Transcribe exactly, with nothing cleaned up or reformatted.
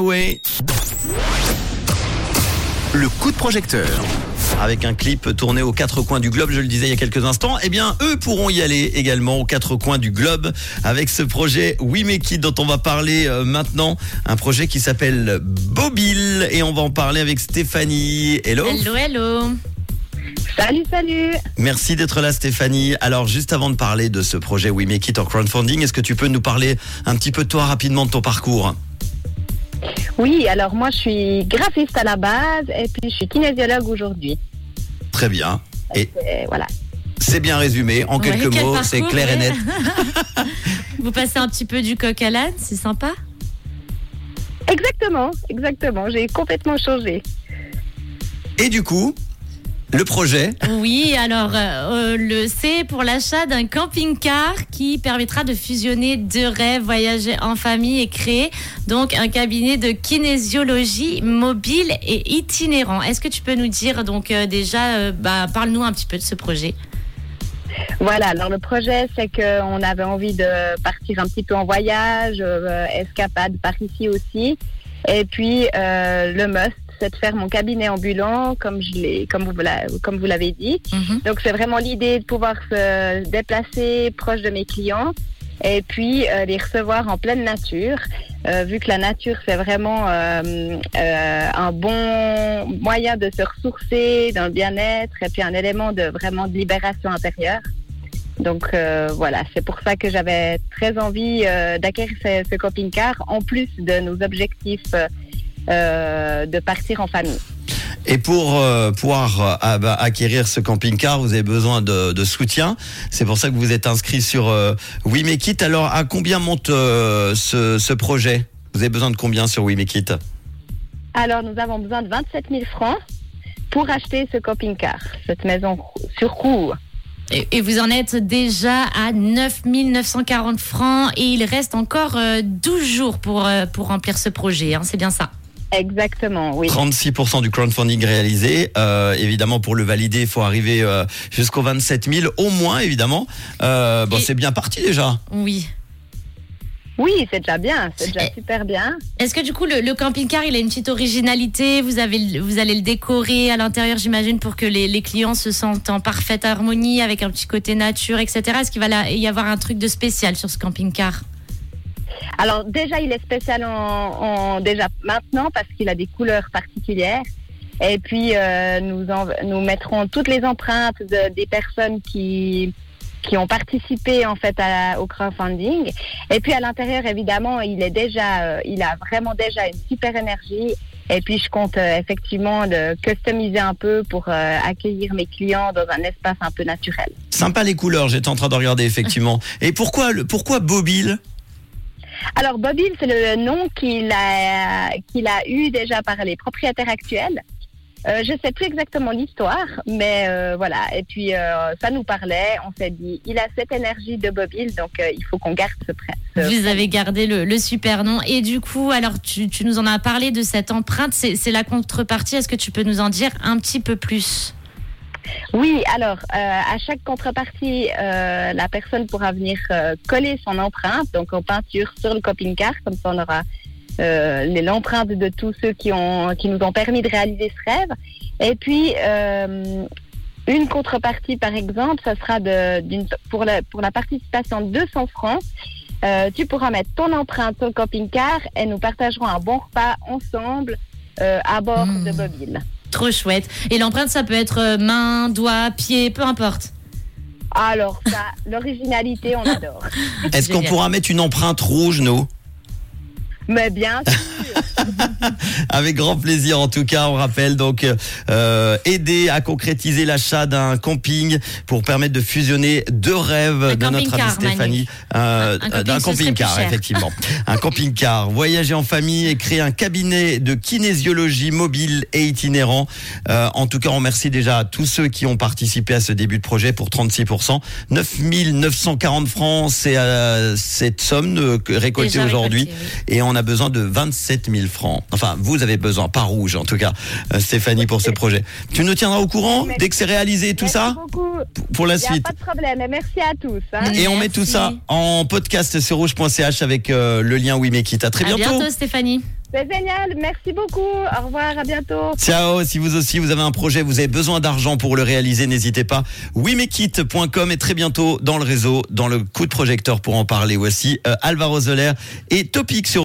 Away. Le coup de projecteur. Avec un clip tourné aux quatre coins du globe, je le disais il y a quelques instants, eh bien, eux pourront y aller également aux quatre coins du globe avec ce projet We Make It dont on va parler euh, maintenant. Un projet qui s'appelle Bobil et on va en parler avec Stéphanie. Hello. Hello, hello. Salut, salut. Merci d'être là, Stéphanie. Alors, juste avant de parler de ce projet We Make It en crowdfunding, est-ce que tu peux nous parler un petit peu de toi rapidement, de ton parcours ? Oui, alors moi je suis graphiste à la base et puis je suis kinésiologue aujourd'hui. Très bien. Et Et voilà. c'est bien résumé. En Ouais, quelques quel mots, parcours, c'est clair et ouais. net. Vous passez un petit peu du coq à l'âne, c'est sympa. Exactement, exactement. J'ai complètement changé. Et du coup, le projet, Oui, alors euh, euh, le c'est pour l'achat d'un camping-car qui permettra de fusionner deux rêves, voyager en famille et créer donc un cabinet de kinésiologie mobile et itinérant. Est-ce que tu peux nous dire donc euh, déjà, euh, bah, parle-nous un petit peu de ce projet. Voilà, alors le projet c'est qu'on avait envie de partir un petit peu en voyage, euh, escapade par ici aussi. Et puis euh, le must, c'est de faire mon cabinet ambulant comme je l'ai, comme vous l'a- comme vous l'avez dit. Mhm. Donc c'est vraiment l'idée de pouvoir se déplacer proche de mes clients et puis euh, les recevoir en pleine nature, euh, vu que la nature c'est vraiment euh, euh, un bon moyen de se ressourcer, d'un bien-être et puis un élément de vraiment de libération intérieure. Donc euh, voilà, c'est pour ça que j'avais très envie euh, d'acquérir ce, ce camping-car en plus de nos objectifs euh, de partir en famille. et pour euh, pouvoir euh, ah bah, acquérir ce camping-car, vous avez besoin de, de soutien. C'est pour ça que vous êtes inscrit sur euh, We Make It. Alors, à combien monte euh, ce, ce projet ? Vous avez besoin de combien sur We Make It ? Alors nous avons besoin de vingt-sept mille francs pour acheter ce camping-car, cette maison sur cours. Et, et vous en êtes déjà à neuf mille neuf cent quarante francs et il reste encore euh, douze jours pour, euh, pour remplir ce projet, hein, c'est bien ça. Exactement, oui. trente-six pour cent du crowdfunding réalisé. Euh, évidemment, pour le valider, il faut arriver euh, jusqu'aux vingt-sept mille, au moins, évidemment. Euh, bon, Et- c'est bien parti déjà. Oui. Oui, c'est déjà bien, c'est déjà Eh. super bien. Est-ce que du coup le, le camping-car il a une petite originalité, vous, avez, le- vous allez le décorer à l'intérieur j'imagine pour que les, les clients se sentent en parfaite harmonie avec un petit côté nature, et cetera. Est-ce qu'il va là- y avoir un truc de spécial sur ce camping-car ? Alors déjà, il est spécial en, en- déjà maintenant parce qu'il a des couleurs particulières. Et puis euh, nous en- nous mettrons toutes les empreintes de- des personnes qui qui ont participé en fait à- au crowdfunding. Et puis à l'intérieur, évidemment, il est déjà, euh, il a vraiment déjà une super énergie. Et puis je compte euh, effectivement de customiser un peu pour euh, accueillir mes clients dans un espace un peu naturel. Sympa les couleurs, j'étais en train de regarder, effectivement. Et pourquoi, le, pourquoi Bobil ? Alors Bobil, c'est le nom qu'il a qu'il a eu déjà par les propriétaires actuels. Euh, je sais plus exactement l'histoire, mais euh, voilà. Et puis euh, ça nous parlait. On s'est dit, il a cette énergie de Bobil, donc euh, il faut qu'on garde ce prêt. Vous avez gardé le, le super nom. Et du coup, alors tu, tu nous en as parlé de cette empreinte, c'est, c'est la contrepartie. Est-ce que tu peux nous en dire un petit peu plus ? Oui, alors euh, à chaque contrepartie, euh, la personne pourra venir euh, coller son empreinte, donc en peinture sur le camping-car, comme ça on aura euh, les- l'empreinte de tous ceux qui ont qui nous ont permis de réaliser ce rêve. Et puis euh, une contrepartie, par exemple, ça sera de, d'une, pour la pour la participation de deux cents francs. Euh, tu pourras mettre ton empreinte sur le camping-car et nous partagerons un bon repas ensemble euh, à bord Mmh. de Bobil. Trop chouette. Et l'empreinte, ça peut être euh, main, doigt, pied, peu importe. Alors ça, l'originalité, on adore. Est-ce qu'on Génial. pourra mettre une empreinte rouge, nous ? Mais bien sûr. Avec grand plaisir, en tout cas, on rappelle donc euh, aider à concrétiser l'achat d'un camping pour permettre de fusionner deux rêves Un de notre amie camping-car, Stéphanie. Euh, Un- un camping, d'un ce serait camping-car, plus cher. effectivement. Un camping-car, voyager en famille et créer un cabinet de kinésiologie mobile et itinérant. Euh, en tout cas, on remercie déjà tous ceux qui ont participé à ce début de projet pour trente-six pour cent. neuf mille neuf cent quarante francs, c'est euh, cette somme euh, que- récoltée Déjà aujourd'hui. récolté, oui. Et on a besoin de vingt-sept mille francs. Enfin, vous avez besoin, pas rouge en tout cas, euh, Stéphanie, pour ce projet. Tu nous tiendras au courant Merci. dès que c'est réalisé, tout Merci ça, beaucoup. pour la Il n'y a suite. pas de problème. Et merci à tous. Hein. Et on met tout Merci. ça en podcast sur rouge point c h avec euh, le lien We Make It. À très À bientôt. bientôt, Stéphanie. C'est génial, merci beaucoup. Au revoir, à bientôt. Ciao, si vous aussi vous avez un projet, vous avez besoin d'argent pour le réaliser, n'hésitez pas. we make it point com est très bientôt dans le réseau, dans le coup de projecteur pour en parler. Voici euh, Alvaro Soler et Topic sur